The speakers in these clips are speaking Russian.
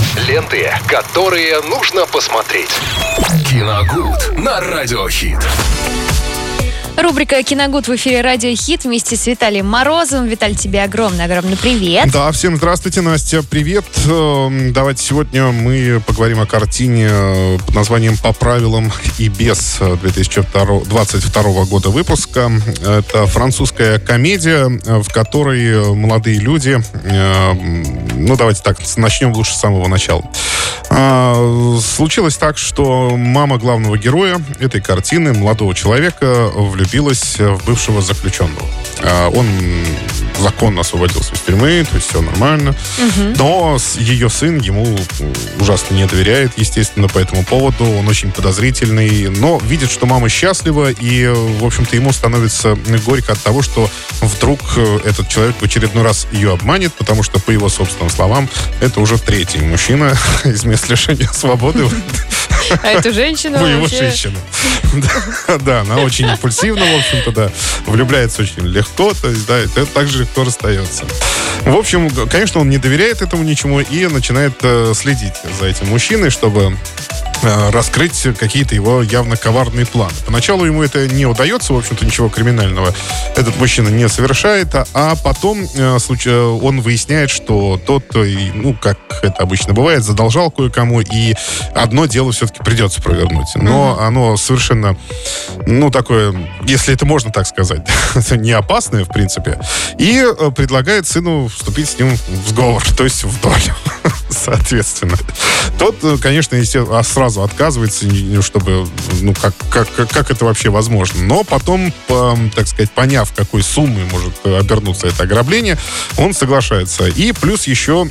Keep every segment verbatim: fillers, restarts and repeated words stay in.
Ленты, которые нужно посмотреть. Киногуд на Радиохит. Рубрика «Киногуд» в эфире «Радио Хит» вместе с Виталием Морозовым. Виталий, тебе огромный-огромный привет. Да, всем здравствуйте, Настя, привет. Давайте сегодня мы поговорим о картине под названием «По правилам и без» две тысячи двадцать второго года выпуска. Это французская комедия, в которой молодые люди... Ну, давайте так, начнем лучше с самого начала. Случилось так, что мама главного героя этой картины, молодого человека, влюбилась в бывшего заключенного. Он законно освободился из тюрьмы, то есть все нормально. Угу. Но ее сын ему ужасно не доверяет, естественно, по этому поводу. Он очень подозрительный, но видит, что мама счастлива, и, в общем-то, ему становится горько от того, что вдруг этот человек в очередной раз ее обманет, потому что, по его собственным словам, это уже третий мужчина из мест лишения свободы. А эту женщину вообще... его женщину. Да, она очень импульсивна, в общем-то, да. Влюбляется очень легко, то есть, да, это так же легко расстается. В общем, конечно, он не доверяет этому ничему и начинает э, следить за этим мужчиной, чтобы э, раскрыть какие-то его явно коварные планы. Поначалу ему это не удается, в общем-то, ничего криминального этот мужчина не совершает, а, а потом э, случ... он выясняет, что тот, ну, как это обычно бывает, задолжал кое-кому, и одно дело все-таки придется провернуть. Но mm-hmm. оно совершенно, ну, такое, если это можно так сказать, не опасное, в принципе, и э, предлагает сыну вступить с ним в сговор, то есть в долю, соответственно. Тот, конечно, естественно, сразу отказывается, чтобы, ну, как, как, как это вообще возможно. Но потом, по, так сказать, поняв, какой суммой может обернуться это ограбление, он соглашается. И плюс еще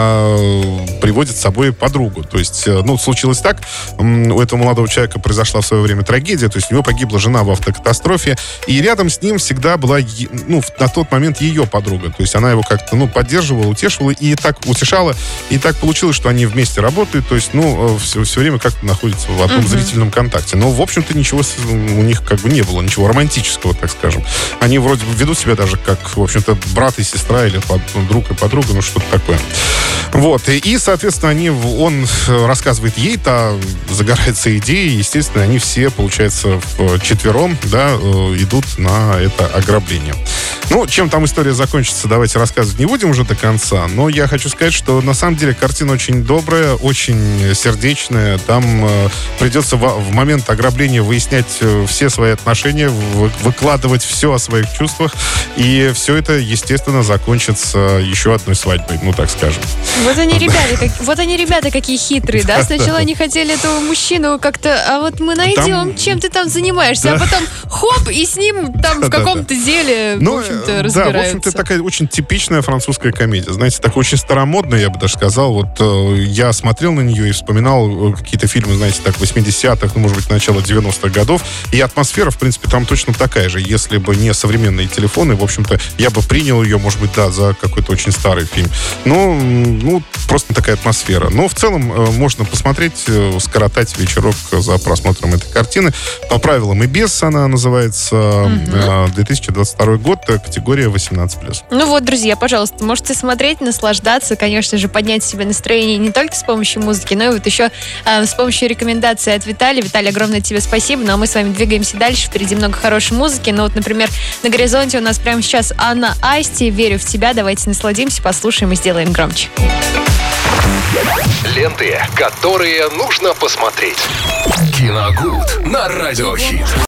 э, приводит с собой подругу. То есть, ну, случилось так, у этого молодого человека произошла в свое время трагедия, то есть у него погибла жена в автокатастрофе, и рядом с ним всегда была, ну, на тот момент ее подруга. То есть она его как-то, ну, поддерживала, утешивала, и так утешала, и так получилось, что они вместе работают, то есть, ну, все, все время как-то находятся в одном uh-huh. зрительном контакте. Но, в общем-то, ничего у них как бы не было, ничего романтического, так скажем. Они вроде бы ведут себя даже как, в общем-то, брат и сестра, или друг и подруга, ну, что-то такое. Вот, и, и, соответственно, они, он рассказывает ей, та загорается идеей, естественно, они все, получается, вчетвером, да, идут на это ограбление. Ну, чем там история закончится, давайте рассказывать не будем уже до конца, но я хочу сказать, что на самом деле картина очень добрая, очень сердечная. Там э, придется в, в момент ограбления выяснять э, все свои отношения, вы, выкладывать все о своих чувствах, и все это, естественно, закончится еще одной свадьбой, ну, так скажем. Вот они, ребята, как, вот они, ребята, какие хитрые, да? Сначала они хотели этого мужчину как-то, а вот мы найдем, там... чем ты там занимаешься, да. А потом хоп, и с ним там в каком-то деле, ну, в общем-то, разбираются. Да, в общем-то, такая очень типичная французская комедия. Знаете, такая очень старомодная, я бы даже сказал. Вот э, я смотрел на нее и вспоминал какие-то фильмы, знаете, так, восьмидесятых, ну, может быть, начало девяностых годов. И атмосфера, в принципе, там точно такая же. Если бы не современные телефоны, в общем-то, я бы принял ее, может быть, да, за какой-то очень старый фильм. Но, ну, просто такая атмосфера. Но в целом э, можно посмотреть, э, скоротать вечерок за просмотром этой картины. По правилам и без она называется. Mm-hmm. э, две тысячи двадцать второй год, категория восемнадцать плюс. Ну вот, друзья, пожалуйста, можете смотреть, наслаждаться, конечно же, поднять себе настроение не только с помощью музыки, но и вот еще э, с помощью рекомендаций от Виталия. Виталий, огромное тебе спасибо. Ну а мы с вами двигаемся дальше. Впереди много хорошей музыки. Ну вот, например, на горизонте у нас прямо сейчас Анна Асти, «Верю в тебя». Давайте насладимся, послушаем и сделаем громче. Ленты, которые нужно посмотреть. Киногуд на Радиохит.